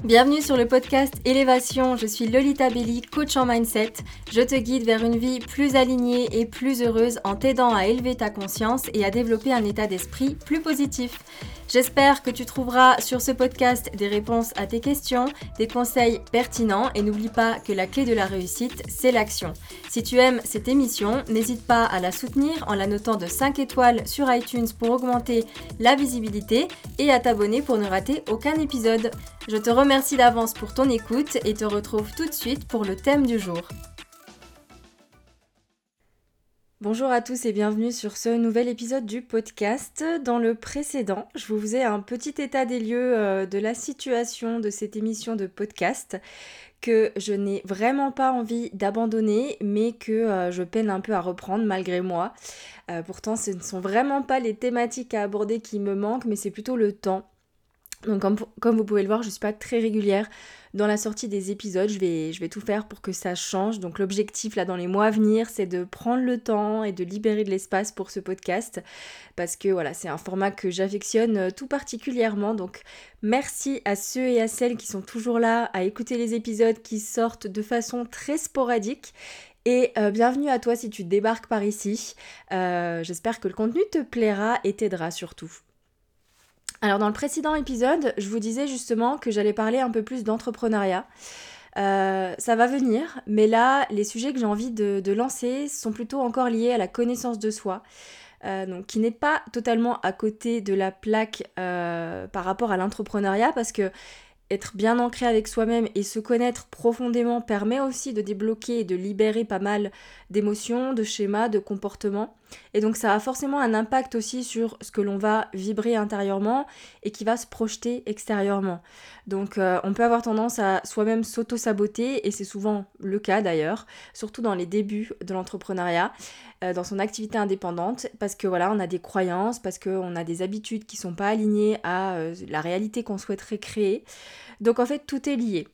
Bienvenue sur le podcast Élévation, je suis Lolita Belli, coach en mindset. Je te guide vers une vie plus alignée et plus heureuse en t'aidant à élever ta conscience et à développer un état d'esprit plus positif. J'espère que tu trouveras sur ce podcast des réponses à tes questions, des conseils pertinents et n'oublie pas que la clé de la réussite, c'est l'action. Si tu aimes cette émission, n'hésite pas à la soutenir en la notant de 5 étoiles sur iTunes pour augmenter la visibilité et à t'abonner pour ne rater aucun épisode. Je te remercie d'avance pour ton écoute et te retrouve tout de suite pour le thème du jour. Bonjour à tous et bienvenue sur ce nouvel épisode du podcast. Dans le précédent, je vous faisais un petit état des lieux de la situation de cette émission de podcast que je n'ai vraiment pas envie d'abandonner, mais que je peine un peu à reprendre malgré moi. Pourtant, ce ne sont vraiment pas les thématiques à aborder qui me manquent, mais c'est plutôt le temps. Donc comme vous pouvez le voir, je ne suis pas très régulière dans la sortie des épisodes, je vais tout faire pour que ça change. Donc l'objectif là dans les mois à venir, c'est de prendre le temps et de libérer de l'espace pour ce podcast parce que voilà, c'est un format que j'affectionne tout particulièrement. Donc merci à ceux et à celles qui sont toujours là à écouter les épisodes qui sortent de façon très sporadique. Et bienvenue à toi si tu débarques par ici. J'espère que le contenu te plaira et t'aidera surtout. Alors dans le précédent épisode, je vous disais justement que j'allais parler un peu plus d'entrepreneuriat. Ça va venir, mais là, les sujets que j'ai envie de lancer sont plutôt encore liés à la connaissance de soi, donc qui n'est pas totalement à côté de la plaque par rapport à l'entrepreneuriat, parce que être bien ancré avec soi-même et se connaître profondément permet aussi de débloquer et de libérer pas mal d'émotions, de schémas, de comportements. Et donc ça a forcément un impact aussi sur ce que l'on va vibrer intérieurement et qui va se projeter extérieurement. Donc on peut avoir tendance à soi-même s'auto-saboter, et c'est souvent le cas d'ailleurs, surtout dans les débuts de l'entrepreneuriat, dans son activité indépendante, parce que voilà, on a des croyances, parce qu'on a des habitudes qui sont pas alignées à la réalité qu'on souhaiterait créer. Donc en fait, tout est lié.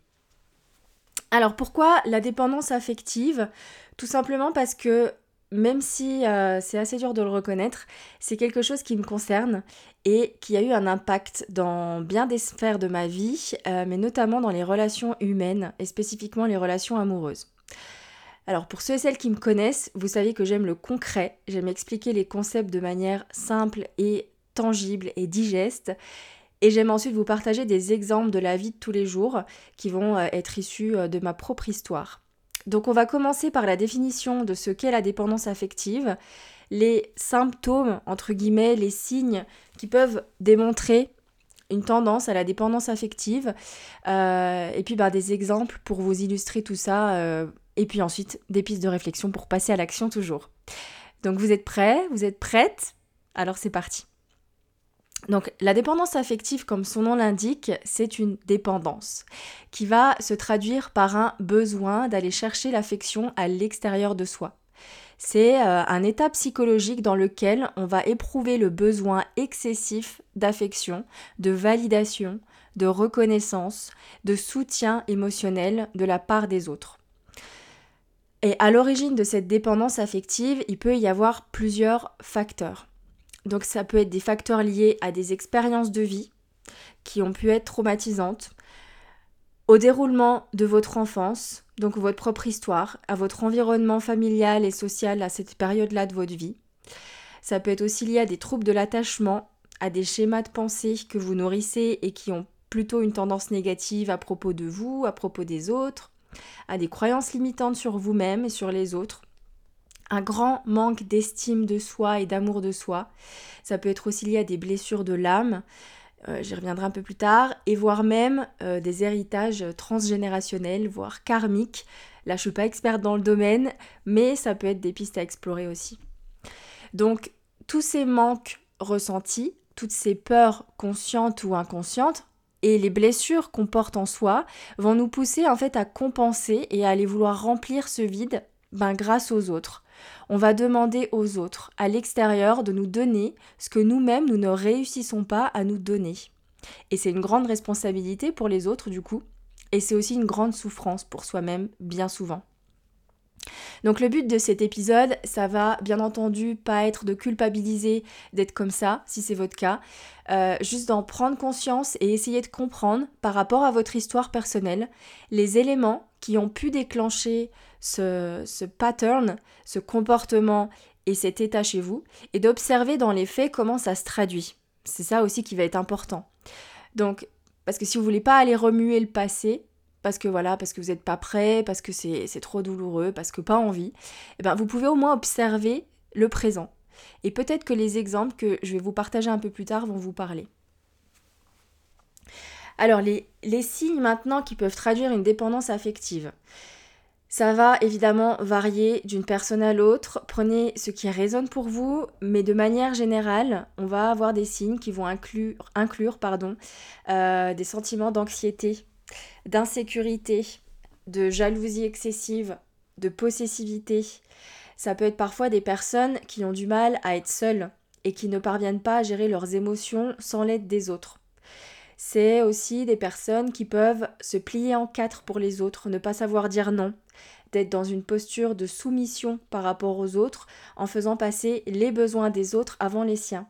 Alors pourquoi la dépendance affective ? Tout simplement parce que même si c'est assez dur de le reconnaître, c'est quelque chose qui me concerne et qui a eu un impact dans bien des sphères de ma vie, mais notamment dans les relations humaines et spécifiquement les relations amoureuses. Alors pour ceux et celles qui me connaissent, vous savez que j'aime le concret, j'aime expliquer les concepts de manière simple et tangible et digeste. Et j'aime ensuite vous partager des exemples de la vie de tous les jours qui vont être issus de ma propre histoire. Donc on va commencer par la définition de ce qu'est la dépendance affective, les symptômes, entre guillemets, les signes qui peuvent démontrer une tendance à la dépendance affective, et puis des exemples pour vous illustrer tout ça, et puis ensuite des pistes de réflexion pour passer à l'action toujours. Donc vous êtes prêts ? Vous êtes prêtes ? Alors c'est parti. Donc la dépendance affective, comme son nom l'indique, c'est une dépendance qui va se traduire par un besoin d'aller chercher l'affection à l'extérieur de soi. C'est un état psychologique dans lequel on va éprouver le besoin excessif d'affection, de validation, de reconnaissance, de soutien émotionnel de la part des autres. Et à l'origine de cette dépendance affective, il peut y avoir plusieurs facteurs. Donc ça peut être des facteurs liés à des expériences de vie qui ont pu être traumatisantes, au déroulement de votre enfance, donc votre propre histoire, à votre environnement familial et social à cette période-là de votre vie. Ça peut être aussi lié à des troubles de l'attachement, à des schémas de pensée que vous nourrissez et qui ont plutôt une tendance négative à propos de vous, à propos des autres, à des croyances limitantes sur vous-même et sur les autres. Un grand manque d'estime de soi et d'amour de soi. Ça peut être aussi lié à des blessures de l'âme, j'y reviendrai un peu plus tard, et voire même des héritages transgénérationnels, voire karmiques. Là, je ne suis pas experte dans le domaine, mais ça peut être des pistes à explorer aussi. Donc, tous ces manques ressentis, toutes ces peurs conscientes ou inconscientes, et les blessures qu'on porte en soi, vont nous pousser en fait à compenser et à aller vouloir remplir ce vide grâce aux autres. On va demander aux autres, à l'extérieur, de nous donner ce que nous-mêmes, nous ne réussissons pas à nous donner. Et c'est une grande responsabilité pour les autres, du coup, et c'est aussi une grande souffrance pour soi-même, bien souvent. Donc le but de cet épisode, ça va bien entendu pas être de culpabiliser d'être comme ça, si c'est votre cas, juste d'en prendre conscience et essayer de comprendre par rapport à votre histoire personnelle les éléments qui ont pu déclencher ce pattern, ce comportement et cet état chez vous, et d'observer dans les faits comment ça se traduit. C'est ça aussi qui va être important. Donc, parce que si vous voulez pas aller remuer le passé, parce que vous n'êtes pas prêt, parce que c'est trop douloureux, parce que pas envie, eh ben vous pouvez au moins observer le présent. Et peut-être que les exemples que je vais vous partager un peu plus tard vont vous parler. Alors, les signes maintenant qui peuvent traduire une dépendance affective. Ça va évidemment varier d'une personne à l'autre. Prenez ce qui résonne pour vous, mais de manière générale, on va avoir des signes qui vont inclure des sentiments d'anxiété, d'insécurité, de jalousie excessive, de possessivité. Ça peut être parfois des personnes qui ont du mal à être seules et qui ne parviennent pas à gérer leurs émotions sans l'aide des autres. C'est aussi des personnes qui peuvent se plier en quatre pour les autres, ne pas savoir dire non, d'être dans une posture de soumission par rapport aux autres en faisant passer les besoins des autres avant les siens.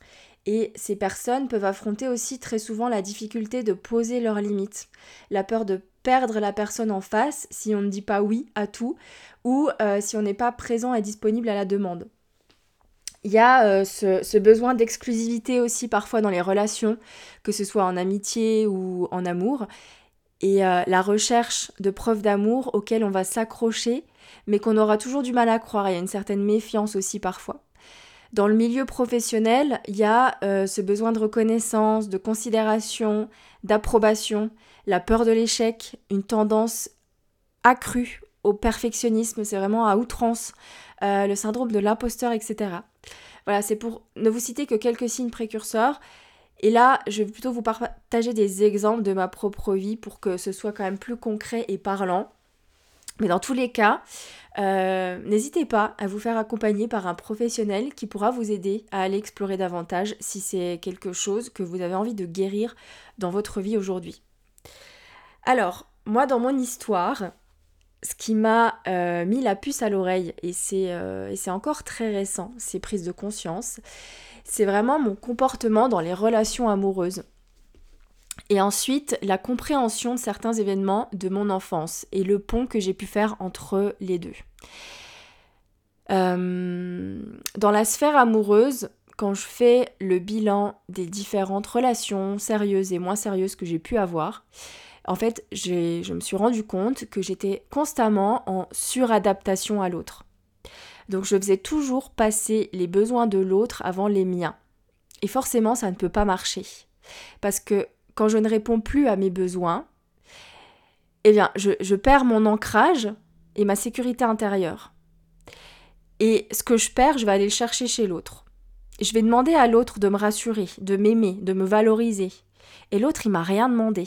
Et ces personnes peuvent affronter aussi très souvent la difficulté de poser leurs limites, la peur de perdre la personne en face si on ne dit pas oui à tout ou si on n'est pas présent et disponible à la demande. Il y a ce besoin d'exclusivité aussi parfois dans les relations, que ce soit en amitié ou en amour, et la recherche de preuves d'amour auxquelles on va s'accrocher, mais qu'on aura toujours du mal à croire. Il y a une certaine méfiance aussi parfois. Dans le milieu professionnel, il y a ce besoin de reconnaissance, de considération, d'approbation, la peur de l'échec, une tendance accrue au perfectionnisme, c'est vraiment à outrance, le syndrome de l'imposteur, etc. Voilà, c'est pour ne vous citer que quelques signes précurseurs. Et là, je vais plutôt vous partager des exemples de ma propre vie pour que ce soit quand même plus concret et parlant. Mais dans tous les cas, n'hésitez pas à vous faire accompagner par un professionnel qui pourra vous aider à aller explorer davantage si c'est quelque chose que vous avez envie de guérir dans votre vie aujourd'hui. Alors, moi dans mon histoire, ce qui m'a mis la puce à l'oreille, et c'est encore très récent, ces prises de conscience, c'est vraiment mon comportement dans les relations amoureuses. Et ensuite, la compréhension de certains événements de mon enfance et le pont que j'ai pu faire entre les deux. Dans la sphère amoureuse, quand je fais le bilan des différentes relations sérieuses et moins sérieuses que j'ai pu avoir, en fait, je me suis rendu compte que j'étais constamment en suradaptation à l'autre. Donc je faisais toujours passer les besoins de l'autre avant les miens. Et forcément, ça ne peut pas marcher. Parce que quand je ne réponds plus à mes besoins, eh bien, je perds mon ancrage et ma sécurité intérieure. Et ce que je perds, je vais aller le chercher chez l'autre. Je vais demander à l'autre de me rassurer, de m'aimer, de me valoriser. Et l'autre, il m'a rien demandé.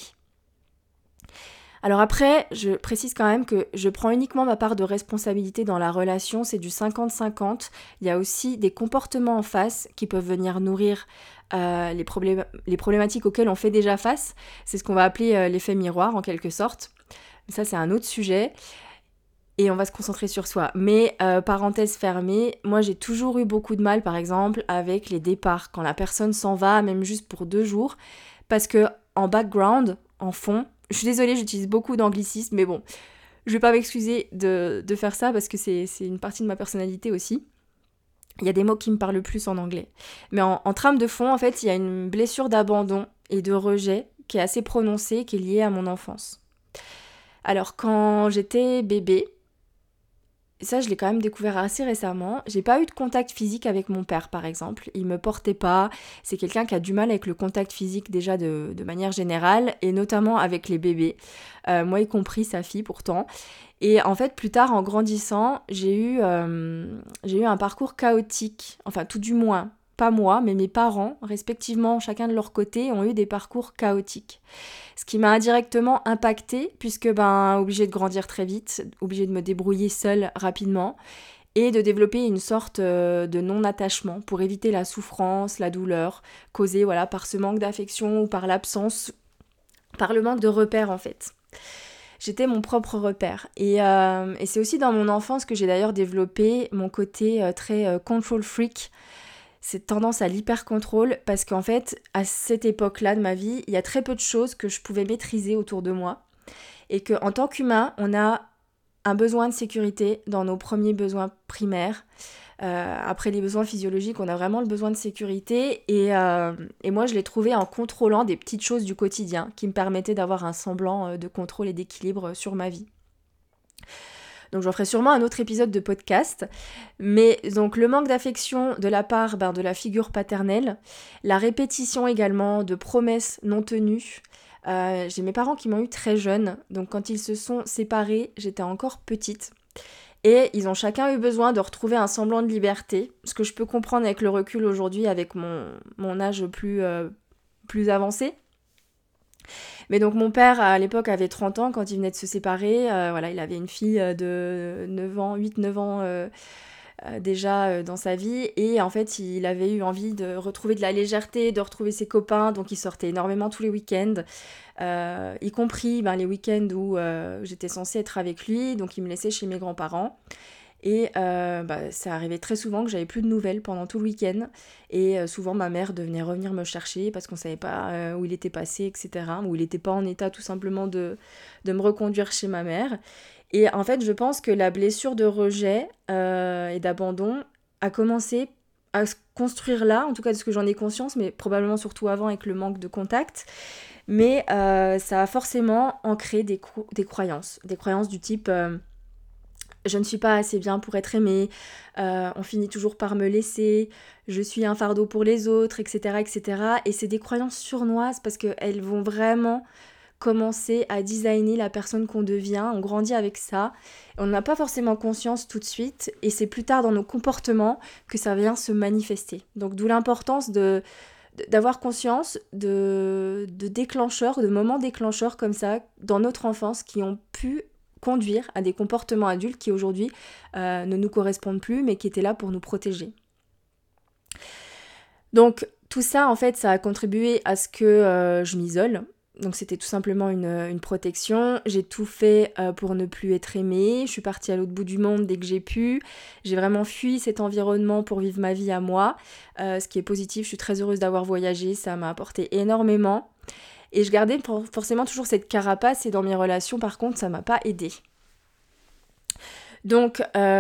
Alors après, je précise quand même que je prends uniquement ma part de responsabilité dans la relation, c'est du 50-50. Il y a aussi des comportements en face qui peuvent venir nourrir les problématiques auxquelles on fait déjà face. C'est ce qu'on va appeler l'effet miroir en quelque sorte. Ça, c'est un autre sujet. Et on va se concentrer sur soi. Mais parenthèse fermée, moi j'ai toujours eu beaucoup de mal par exemple avec les départs, quand la personne s'en va, même juste pour 2 jours, parce que en background, en fond, je suis désolée, j'utilise beaucoup d'anglicismes, mais bon, je vais pas m'excuser de faire ça parce que c'est une partie de ma personnalité aussi. Il y a des mots qui me parlent plus en anglais. Mais en trame de fond, en fait, il y a une blessure d'abandon et de rejet qui est assez prononcée, qui est liée à mon enfance. Alors quand j'étais bébé, ça je l'ai quand même découvert assez récemment, j'ai pas eu de contact physique avec mon père par exemple, il me portait pas, c'est quelqu'un qui a du mal avec le contact physique déjà de manière générale, et notamment avec les bébés, moi y compris sa fille pourtant, et en fait plus tard en grandissant, j'ai eu un parcours chaotique, enfin tout du moins, pas moi, mais mes parents, respectivement chacun de leur côté, ont eu des parcours chaotiques. Ce qui m'a indirectement impactée, puisque obligée de grandir très vite, obligée de me débrouiller seule rapidement, et de développer une sorte de non-attachement pour éviter la souffrance, la douleur, causée par ce manque d'affection ou par l'absence, par le manque de repères en fait. J'étais mon propre repère. Et c'est aussi dans mon enfance que j'ai d'ailleurs développé mon côté très control freak, cette tendance à l'hyper-contrôle, parce qu'en fait, à cette époque-là de ma vie, il y a très peu de choses que je pouvais maîtriser autour de moi. Et qu'en tant qu'humain, on a un besoin de sécurité dans nos premiers besoins primaires. Après les besoins physiologiques, on a vraiment le besoin de sécurité. Et moi, je l'ai trouvé en contrôlant des petites choses du quotidien qui me permettaient d'avoir un semblant de contrôle et d'équilibre sur ma vie. Donc j'en ferai sûrement un autre épisode de podcast. Mais donc le manque d'affection de la part de la figure paternelle, la répétition également de promesses non tenues. J'ai mes parents qui m'ont eu très jeune, donc quand ils se sont séparés, j'étais encore petite. Et ils ont chacun eu besoin de retrouver un semblant de liberté, ce que je peux comprendre avec le recul aujourd'hui, avec mon âge plus avancé. Mais donc mon père, à l'époque, avait 30 ans quand il venait de se séparer. Voilà, il avait une fille de 8-9 ans déjà dans sa vie. Et en fait, il avait eu envie de retrouver de la légèreté, de retrouver ses copains. Donc il sortait énormément tous les week-ends, y compris les week-ends où j'étais censée être avec lui. Donc il me laissait chez mes grands-parents. Et ça arrivait très souvent que j'avais plus de nouvelles pendant tout le week-end. Et souvent, ma mère devait revenir me chercher parce qu'on savait pas où il était passé, etc. Ou il n'était pas en état tout simplement de me reconduire chez ma mère. Et en fait, je pense que la blessure de rejet et d'abandon a commencé à se construire là, en tout cas de ce que j'en ai conscience, mais probablement surtout avant avec le manque de contact. Mais ça a forcément ancré des croyances. Des croyances du type... je ne suis pas assez bien pour être aimée, on finit toujours par me laisser, je suis un fardeau pour les autres, etc., etc. Et c'est des croyances sournoises parce qu'elles vont vraiment commencer à designer la personne qu'on devient, on grandit avec ça, on n'a pas forcément conscience tout de suite, et c'est plus tard dans nos comportements que ça vient se manifester. Donc d'où l'importance d'avoir conscience de déclencheurs, de moments déclencheurs comme ça dans notre enfance qui ont pu conduire à des comportements adultes qui aujourd'hui ne nous correspondent plus mais qui étaient là pour nous protéger. Donc tout ça en fait ça a contribué à ce que je m'isole. Donc c'était tout simplement une protection. J'ai tout fait pour ne plus être aimée. Je suis partie à l'autre bout du monde dès que j'ai pu. J'ai vraiment fui cet environnement pour vivre ma vie à moi. Ce qui est positif, je suis très heureuse d'avoir voyagé. Ça m'a apporté énormément. Et je gardais forcément toujours cette carapace. Et dans mes relations, par contre, ça m'a pas aidée. Donc,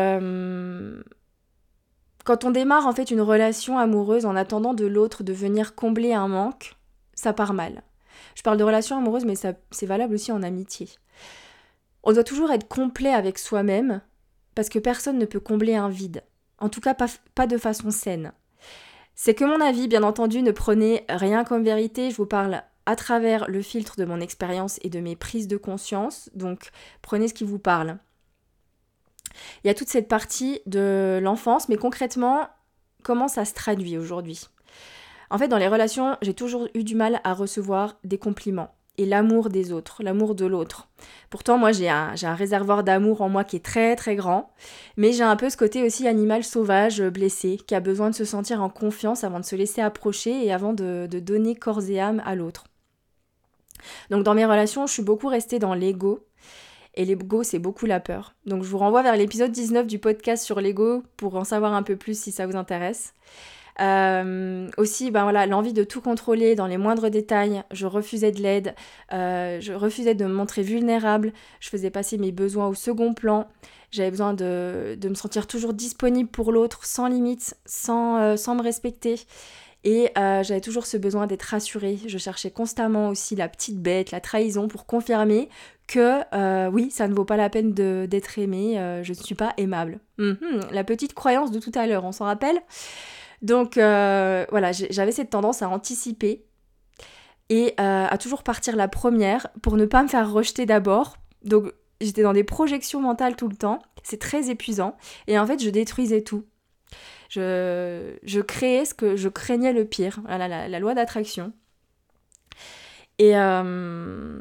quand on démarre en fait une relation amoureuse en attendant de l'autre de venir combler un manque, ça part mal. Je parle de relations amoureuses, mais c'est valable aussi en amitié. On doit toujours être complet avec soi-même, parce que personne ne peut combler un vide. En tout cas, pas de façon saine. C'est que mon avis, bien entendu, ne prenez rien comme vérité. Je vous parle à travers le filtre de mon expérience et de mes prises de conscience. Donc, prenez ce qui vous parle. Il y a toute cette partie de l'enfance, mais concrètement, comment ça se traduit aujourd'hui ? En fait, dans les relations, j'ai toujours eu du mal à recevoir des compliments et l'amour des autres, l'amour de l'autre. Pourtant, moi, j'ai un réservoir d'amour en moi qui est très très grand, mais j'ai un peu ce côté aussi animal sauvage, blessé, qui a besoin de se sentir en confiance avant de se laisser approcher et avant de donner corps et âme à l'autre. Donc dans mes relations, je suis beaucoup restée dans l'ego, et l'ego, c'est beaucoup la peur. Donc je vous renvoie vers l'épisode 19 du podcast sur l'ego pour en savoir un peu plus si ça vous intéresse. Aussi l'envie de tout contrôler dans les moindres détails. Je refusais de l'aide, je refusais de me montrer vulnérable, je faisais passer mes besoins au second plan. J'avais besoin de me sentir toujours disponible pour l'autre, sans limite, sans me respecter. Et j'avais toujours ce besoin d'être rassurée. Je cherchais constamment aussi la petite bête, la trahison pour confirmer que oui, ça ne vaut pas la peine d'être aimée, je ne suis pas aimable. La petite croyance de tout à l'heure, on s'en rappelle ? Donc j'avais cette tendance à anticiper et à toujours partir la première pour ne pas me faire rejeter d'abord. Donc j'étais dans des projections mentales tout le temps, c'est très épuisant et en fait je détruisais tout. Je créais ce que je craignais le pire, la loi d'attraction. Et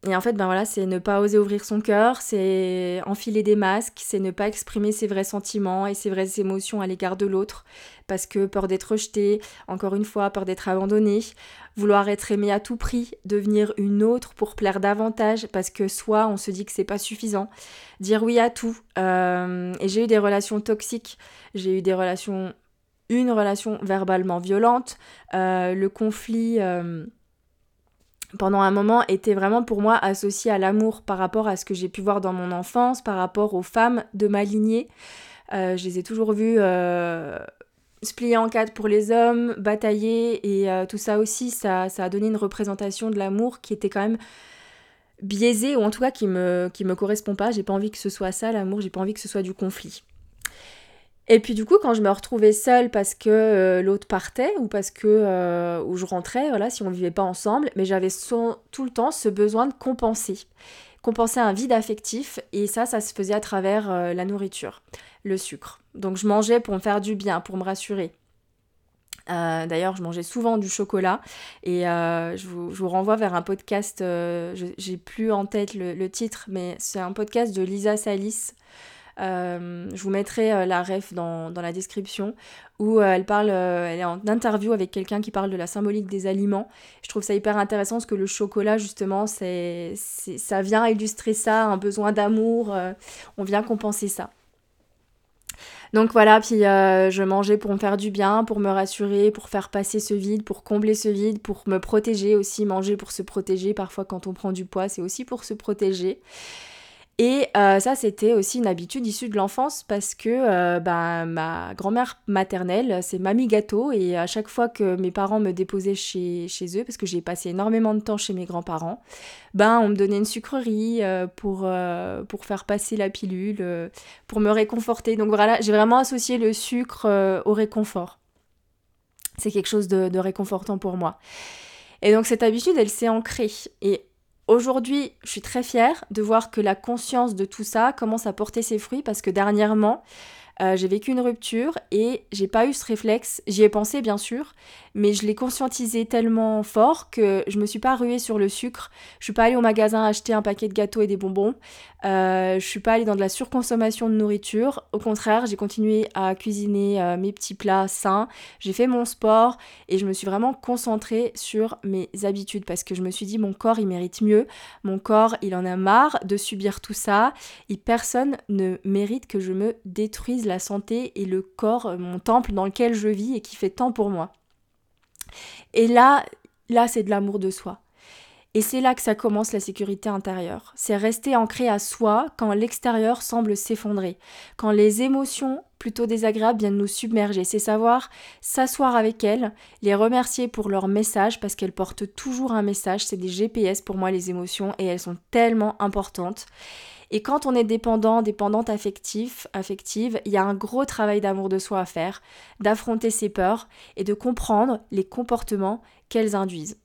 Et en fait, ben voilà, c'est ne pas oser ouvrir son cœur, c'est enfiler des masques, c'est ne pas exprimer ses vrais sentiments et ses vraies émotions à l'égard de l'autre, parce que peur d'être rejeté, encore une fois, peur d'être abandonné, vouloir être aimé à tout prix, devenir une autre pour plaire davantage, parce que soit on se dit que c'est pas suffisant, dire oui à tout. Et j'ai eu des relations toxiques, j'ai eu une relation verbalement violente, le conflit... pendant un moment, était vraiment pour moi associé à l'amour par rapport à ce que j'ai pu voir dans mon enfance, par rapport aux femmes de ma lignée. Je les ai toujours vues se plier en quatre pour les hommes, batailler, et tout ça aussi, ça a donné une représentation de l'amour qui était quand même biaisée, ou en tout cas qui me correspond pas. J'ai pas envie que ce soit ça, l'amour, j'ai pas envie que ce soit du conflit. Et puis du coup, quand je me retrouvais seule parce que l'autre partait ou parce que ou je rentrais, voilà, si on vivait pas ensemble, mais j'avais tout le temps ce besoin de compenser un vide affectif, et ça se faisait à travers la nourriture, le sucre. Donc je mangeais pour me faire du bien, pour me rassurer. D'ailleurs, je mangeais souvent du chocolat, et je vous renvoie vers un podcast, j'ai plus en tête le titre, mais c'est un podcast de Lisa Salis. Je vous mettrai la ref dans la description, où elle est en interview avec quelqu'un qui parle de la symbolique des aliments. Je trouve ça hyper intéressant parce que le chocolat, justement, ça vient illustrer ça, un besoin d'amour, on vient compenser ça. Donc voilà, puis je mangeais pour me faire du bien, pour me rassurer, pour faire passer ce vide, pour combler ce vide, pour me protéger aussi, manger pour se protéger. Parfois quand on prend du poids, c'est aussi pour se protéger. Et ça, c'était aussi une habitude issue de l'enfance, parce que ma grand-mère maternelle, c'est Mamie Gâteau, et à chaque fois que mes parents me déposaient chez eux, parce que j'ai passé énormément de temps chez mes grands-parents, on me donnait une sucrerie pour faire passer la pilule, pour me réconforter. Donc voilà, j'ai vraiment associé le sucre au réconfort. C'est quelque chose de réconfortant pour moi. Et donc cette habitude, elle s'est ancrée. Et aujourd'hui, je suis très fière de voir que la conscience de tout ça commence à porter ses fruits, parce que dernièrement, j'ai vécu une rupture et j'ai pas eu ce réflexe. J'y ai pensé bien sûr, mais je l'ai conscientisé tellement fort que je me suis pas ruée sur le sucre. Je suis pas allée au magasin acheter un paquet de gâteaux et des bonbons. Je suis pas allée dans de la surconsommation de nourriture. Au contraire, j'ai continué à cuisiner mes petits plats sains. J'ai fait mon sport et je me suis vraiment concentrée sur mes habitudes, parce que je me suis dit mon corps il mérite mieux. Mon corps il en a marre de subir tout ça, et personne ne mérite que je me détruise la santé et le corps, mon temple dans lequel je vis et qui fait tant pour moi. Et là c'est de l'amour de soi. Et c'est là que ça commence la sécurité intérieure. C'est rester ancré à soi quand l'extérieur semble s'effondrer. Quand les émotions plutôt désagréables viennent nous submerger. C'est savoir s'asseoir avec elles, les remercier pour leur message, parce qu'elles portent toujours un message. C'est des GPS pour moi, les émotions, et elles sont tellement importantes. Et quand on est dépendante affective, il y a un gros travail d'amour de soi à faire, d'affronter ses peurs et de comprendre les comportements qu'elles induisent.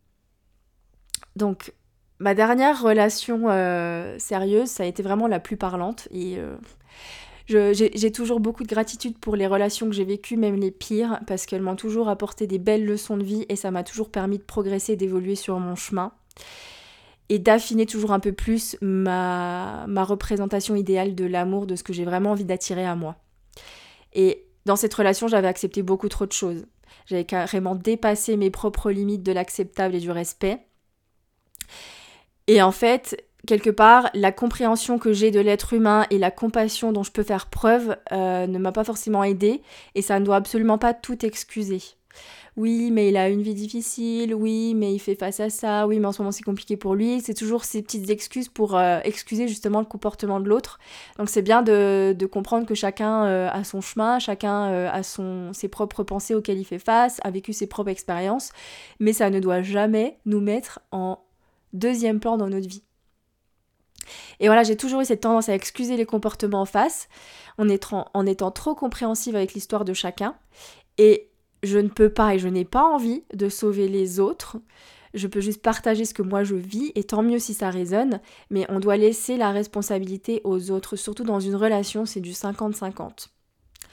Donc, ma dernière relation sérieuse, ça a été vraiment la plus parlante, et j'ai toujours beaucoup de gratitude pour les relations que j'ai vécues, même les pires, parce qu'elles m'ont toujours apporté des belles leçons de vie, et ça m'a toujours permis de progresser, d'évoluer sur mon chemin, et d'affiner toujours un peu plus ma représentation idéale de l'amour, de ce que j'ai vraiment envie d'attirer à moi. Et dans cette relation, j'avais accepté beaucoup trop de choses. J'avais carrément dépassé mes propres limites de l'acceptable et du respect. Et en fait, quelque part, la compréhension que j'ai de l'être humain et la compassion dont je peux faire preuve ne m'a pas forcément aidée, et ça ne doit absolument pas tout excuser. Oui, mais il a une vie difficile, oui, mais il fait face à ça, oui, mais en ce moment c'est compliqué pour lui. C'est toujours ces petites excuses pour excuser justement le comportement de l'autre. Donc c'est bien de comprendre que chacun a son chemin, chacun a ses propres pensées auxquelles il fait face, a vécu ses propres expériences, mais ça ne doit jamais nous mettre en deuxième plan dans notre vie. Et voilà, j'ai toujours eu cette tendance à excuser les comportements en face, en étant trop compréhensive avec l'histoire de chacun. Et je ne peux pas et je n'ai pas envie de sauver les autres. Je peux juste partager ce que moi je vis, et tant mieux si ça résonne, mais on doit laisser la responsabilité aux autres, surtout dans une relation, c'est du 50-50.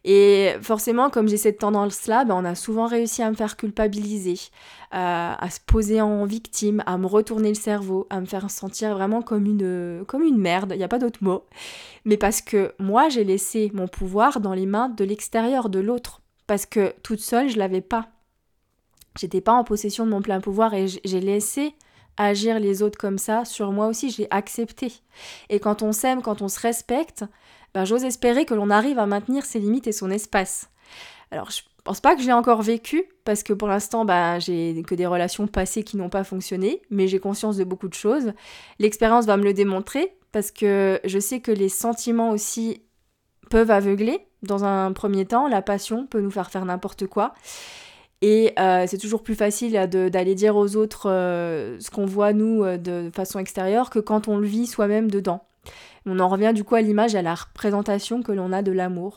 Et forcément, comme j'ai cette tendance-là, on a souvent réussi à me faire culpabiliser, à se poser en victime, à me retourner le cerveau, à me faire sentir vraiment comme une merde, il n'y a pas d'autre mot. Mais parce que moi, j'ai laissé mon pouvoir dans les mains de l'extérieur, de l'autre. Parce que toute seule, je l'avais pas. J'étais pas en possession de mon plein pouvoir et j'ai laissé agir les autres comme ça sur moi aussi, j'ai accepté. Et quand on s'aime, quand on se respecte, j'ose espérer que l'on arrive à maintenir ses limites et son espace. Alors je pense pas que je l'ai encore vécu, parce que pour l'instant j'ai que des relations passées qui n'ont pas fonctionné, mais j'ai conscience de beaucoup de choses. L'expérience va me le démontrer, parce que je sais que les sentiments aussi peuvent aveugler. Dans un premier temps, la passion peut nous faire n'importe quoi. Et c'est toujours plus facile d'aller dire aux autres ce qu'on voit, nous, de façon extérieure, que quand on le vit soi-même dedans. On en revient du coup à l'image et à la représentation que l'on a de l'amour.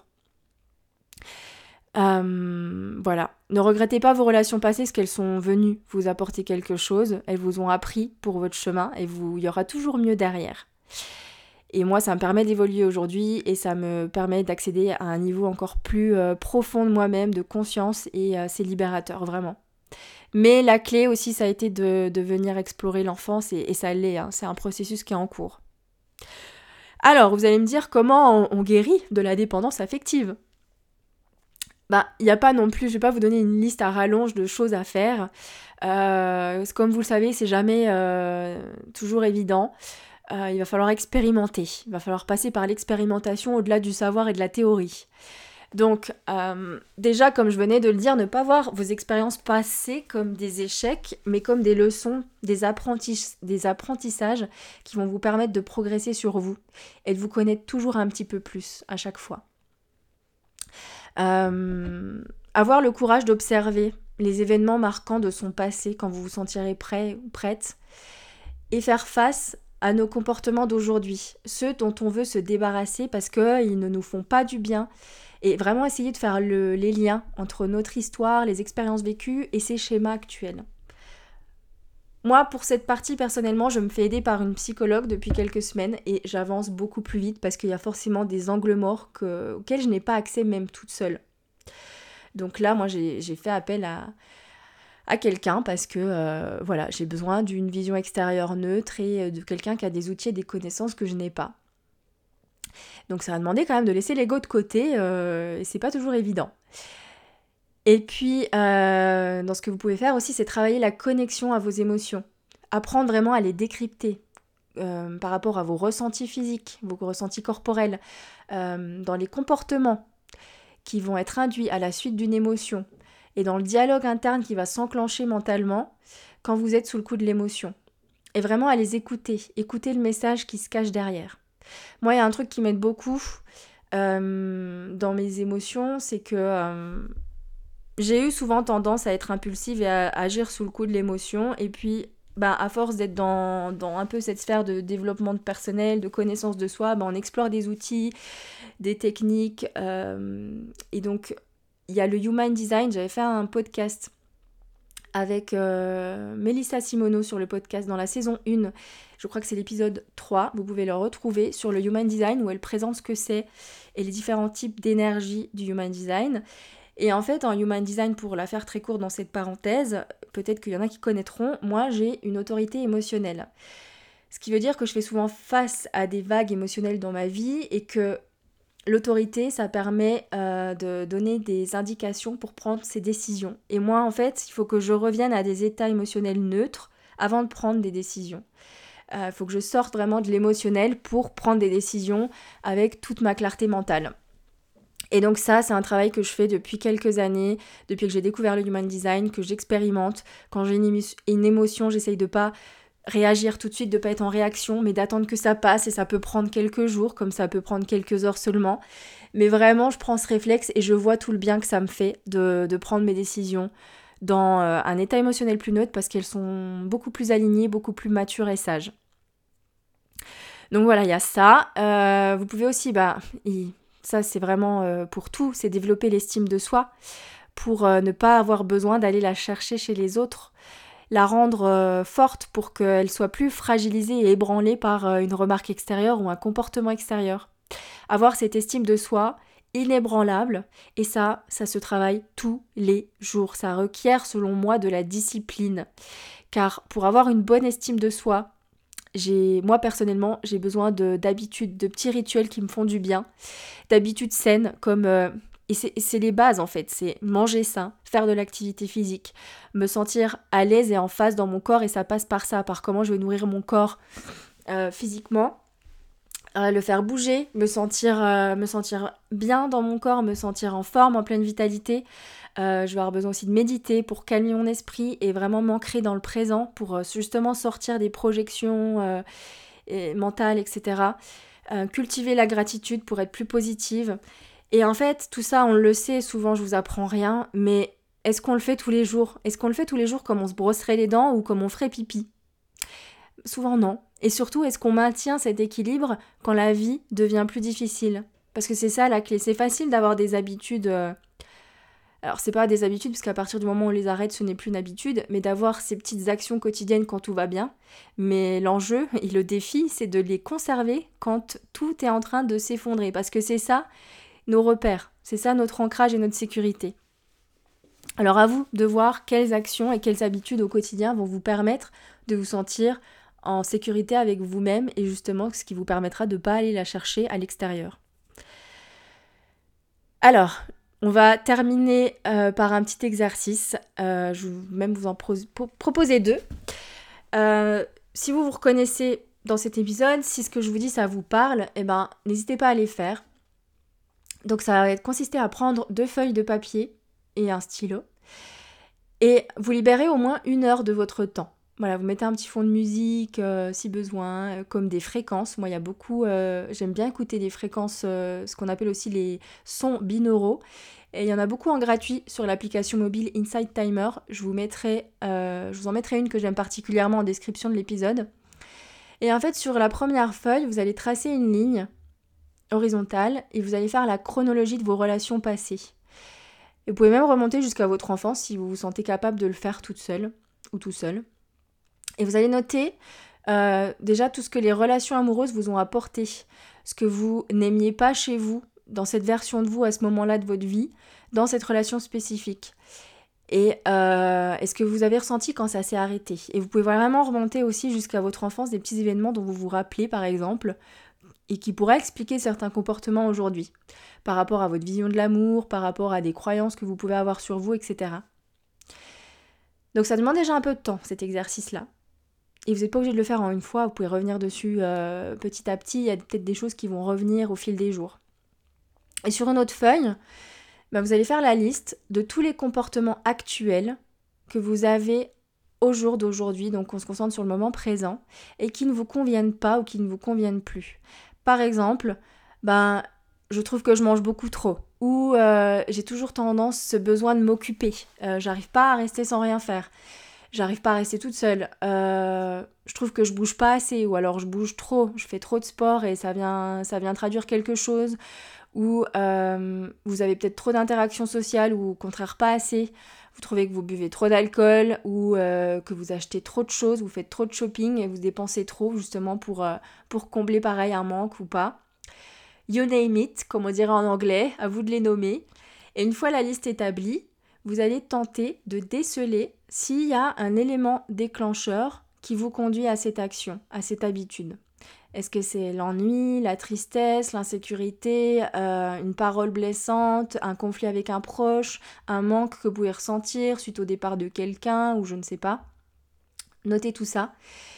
Voilà. Ne regrettez pas vos relations passées, parce qu'elles sont venues vous apporter quelque chose. Elles vous ont appris pour votre chemin, et il y aura toujours mieux derrière. Et moi, ça me permet d'évoluer aujourd'hui, et ça me permet d'accéder à un niveau encore plus profond de moi-même, de conscience, et c'est libérateur, vraiment. Mais la clé aussi, ça a été de venir explorer l'enfance, et ça l'est, c'est un processus qui est en cours. Alors, vous allez me dire comment on guérit de la dépendance affective. Il n'y a pas non plus, je vais pas vous donner une liste à rallonge de choses à faire. Comme vous le savez, c'est jamais toujours évident. Il va falloir expérimenter. Il va falloir passer par l'expérimentation au-delà du savoir et de la théorie. Donc, déjà, comme je venais de le dire, ne pas voir vos expériences passées comme des échecs, mais comme des leçons, des apprentissages qui vont vous permettre de progresser sur vous et de vous connaître toujours un petit peu plus à chaque fois. Avoir le courage d'observer les événements marquants de son passé quand vous vous sentirez prêt ou prête, et faire face à nos comportements d'aujourd'hui, ceux dont on veut se débarrasser parce qu'ils ne nous font pas du bien, et vraiment essayer de faire les liens entre notre histoire, les expériences vécues et ces schémas actuels. Moi, pour cette partie, personnellement, je me fais aider par une psychologue depuis quelques semaines et j'avance beaucoup plus vite parce qu'il y a forcément des angles morts auxquels je n'ai pas accès même toute seule. Donc là, moi, j'ai fait appel à quelqu'un parce que j'ai besoin d'une vision extérieure neutre et de quelqu'un qui a des outils et des connaissances que je n'ai pas. Donc ça va demander quand même de laisser l'ego de côté et c'est pas toujours évident. Et puis, dans ce que vous pouvez faire aussi, c'est travailler la connexion à vos émotions. Apprendre vraiment à les décrypter par rapport à vos ressentis physiques, vos ressentis corporels, dans les comportements qui vont être induits à la suite d'une émotion et dans le dialogue interne qui va s'enclencher mentalement quand vous êtes sous le coup de l'émotion. Et vraiment à les écouter le message qui se cache derrière. Moi, il y a un truc qui m'aide beaucoup dans mes émotions, c'est que j'ai eu souvent tendance à être impulsive et à agir sous le coup de l'émotion. Et puis, à force d'être dans un peu cette sphère de développement personnel, de connaissance de soi, on explore des outils, des techniques. Et donc, il y a le Human Design. J'avais fait un podcast avec Mélissa Simoneau sur le podcast dans la saison 1. Je crois que c'est l'épisode 3. Vous pouvez le retrouver sur le Human Design où elle présente ce que c'est et les différents types d'énergie du Human Design. Et en fait, en Human Design, pour la faire très courte dans cette parenthèse, peut-être qu'il y en a qui connaîtront, moi j'ai une autorité émotionnelle. Ce qui veut dire que je fais souvent face à des vagues émotionnelles dans ma vie et que l'autorité, ça permet de donner des indications pour prendre ses décisions. Et moi, en fait, il faut que je revienne à des états émotionnels neutres avant de prendre des décisions. Il faut que je sorte vraiment de l'émotionnel pour prendre des décisions avec toute ma clarté mentale. Et donc ça, c'est un travail que je fais depuis quelques années, depuis que j'ai découvert le Human Design, que j'expérimente. Quand j'ai une émotion, j'essaye de pas réagir tout de suite, de pas être en réaction, mais d'attendre que ça passe, et ça peut prendre quelques jours, comme ça peut prendre quelques heures seulement. Mais vraiment, je prends ce réflexe et je vois tout le bien que ça me fait de prendre mes décisions dans un état émotionnel plus neutre parce qu'elles sont beaucoup plus alignées, beaucoup plus matures et sages. Donc voilà, il y a ça. Vous pouvez aussi, ça c'est vraiment pour tout, c'est développer l'estime de soi pour ne pas avoir besoin d'aller la chercher chez les autres, la rendre forte pour qu'elle soit plus fragilisée et ébranlée par une remarque extérieure ou un comportement extérieur. Avoir cette estime de soi inébranlable. Et ça se travaille tous les jours. Ça requiert, selon moi, de la discipline. Car pour avoir une bonne estime de soi, moi personnellement, j'ai besoin d'habitudes, de petits rituels qui me font du bien, d'habitudes saines comme... et c'est les bases en fait, c'est manger sain, faire de l'activité physique, me sentir à l'aise et en phase dans mon corps, et ça passe par ça, par comment je vais nourrir mon corps physiquement, le faire bouger, me sentir bien dans mon corps, me sentir en forme, en pleine vitalité. Je vais avoir besoin aussi de méditer pour calmer mon esprit et vraiment m'ancrer dans le présent pour justement sortir des projections mentales, etc. Cultiver la gratitude pour être plus positive. Et en fait, tout ça, on le sait, souvent je vous apprends rien, mais est-ce qu'on le fait tous les jours ? Est-ce qu'on le fait tous les jours comme on se brosserait les dents ou comme on ferait pipi ? Souvent non. Et surtout, est-ce qu'on maintient cet équilibre quand la vie devient plus difficile ? Parce que c'est ça la clé. C'est facile d'avoir des habitudes... Alors c'est pas des habitudes, parce qu'à partir du moment où on les arrête, ce n'est plus une habitude, mais d'avoir ces petites actions quotidiennes quand tout va bien. Mais l'enjeu et le défi, c'est de les conserver quand tout est en train de s'effondrer. Parce que c'est ça nos repères, c'est ça notre ancrage et notre sécurité. Alors à vous de voir quelles actions et quelles habitudes au quotidien vont vous permettre de vous sentir en sécurité avec vous-même, et justement ce qui vous permettra de ne pas aller la chercher à l'extérieur. Alors, on va terminer par un petit exercice. Je vais même vous en proposer 2. Si vous vous reconnaissez dans cet épisode, si ce que je vous dis ça vous parle, n'hésitez pas à les faire. Donc ça va consister à prendre 2 feuilles de papier et un stylo, et vous libérez au moins 1 heure de votre temps. Voilà, vous mettez un petit fond de musique si besoin, comme des fréquences. Moi, il y a beaucoup, j'aime bien écouter des fréquences, ce qu'on appelle aussi les sons binauraux. Et il y en a beaucoup en gratuit sur l'application mobile Insight Timer. Je vous en mettrai une que j'aime particulièrement en description de l'épisode. Et en fait, sur la première feuille, vous allez tracer une ligne horizontale et vous allez faire la chronologie de vos relations passées. Et vous pouvez même remonter jusqu'à votre enfance si vous vous sentez capable de le faire toute seule ou tout seul. Et vous allez noter déjà tout ce que les relations amoureuses vous ont apporté, ce que vous n'aimiez pas chez vous, dans cette version de vous à ce moment-là de votre vie, dans cette relation spécifique. Et ce que vous avez ressenti quand ça s'est arrêté. Et vous pouvez vraiment remonter aussi jusqu'à votre enfance, des petits événements dont vous vous rappelez par exemple, et qui pourraient expliquer certains comportements aujourd'hui, par rapport à votre vision de l'amour, par rapport à des croyances que vous pouvez avoir sur vous, etc. Donc ça demande déjà un peu de temps, cet exercice-là. Et vous n'êtes pas obligé de le faire en une fois, vous pouvez revenir dessus petit à petit, il y a peut-être des choses qui vont revenir au fil des jours. Et sur une autre feuille, vous allez faire la liste de tous les comportements actuels que vous avez au jour d'aujourd'hui, donc on se concentre sur le moment présent, et qui ne vous conviennent pas ou qui ne vous conviennent plus. Par exemple, je trouve que je mange beaucoup trop, ou j'ai toujours ce besoin de m'occuper, j'arrive pas à rester sans rien faire. J'arrive pas à rester toute seule. Je trouve que je bouge pas assez, ou alors je bouge trop, je fais trop de sport et ça vient traduire quelque chose. Ou vous avez peut-être trop d'interactions sociales, ou au contraire pas assez. Vous trouvez que vous buvez trop d'alcool, ou que vous achetez trop de choses, vous faites trop de shopping et vous dépensez trop justement pour combler pareil un manque ou pas. You name it, comme on dirait en anglais, à vous de les nommer. Et une fois la liste établie, vous allez tenter de déceler s'il y a un élément déclencheur qui vous conduit à cette action, à cette habitude. Est-ce que c'est l'ennui, la tristesse, l'insécurité, une parole blessante, un conflit avec un proche, un manque que vous pouvez ressentir suite au départ de quelqu'un, ou je ne sais pas. Notez tout ça.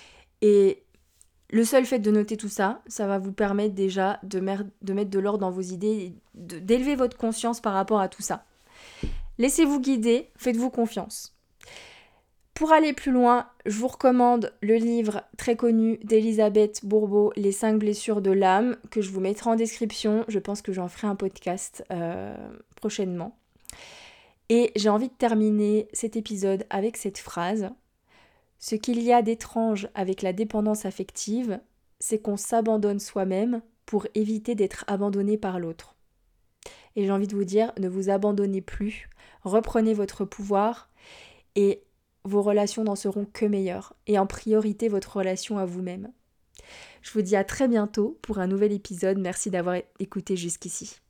Et le seul fait de noter tout ça, ça va vous permettre déjà de mettre de l'ordre dans vos idées, d'élever votre conscience par rapport à tout ça. Laissez-vous guider, faites-vous confiance. Pour aller plus loin, je vous recommande le livre très connu d'Elisabeth Bourbeau, Les 5 blessures de l'âme, que je vous mettrai en description. Je pense que j'en ferai un podcast prochainement. Et j'ai envie de terminer cet épisode avec cette phrase. Ce qu'il y a d'étrange avec la dépendance affective, c'est qu'on s'abandonne soi-même pour éviter d'être abandonné par l'autre. Et j'ai envie de vous dire, ne vous abandonnez plus, reprenez votre pouvoir et vos relations n'en seront que meilleures. Et en priorité, votre relation à vous-même. Je vous dis à très bientôt pour un nouvel épisode. Merci d'avoir écouté jusqu'ici.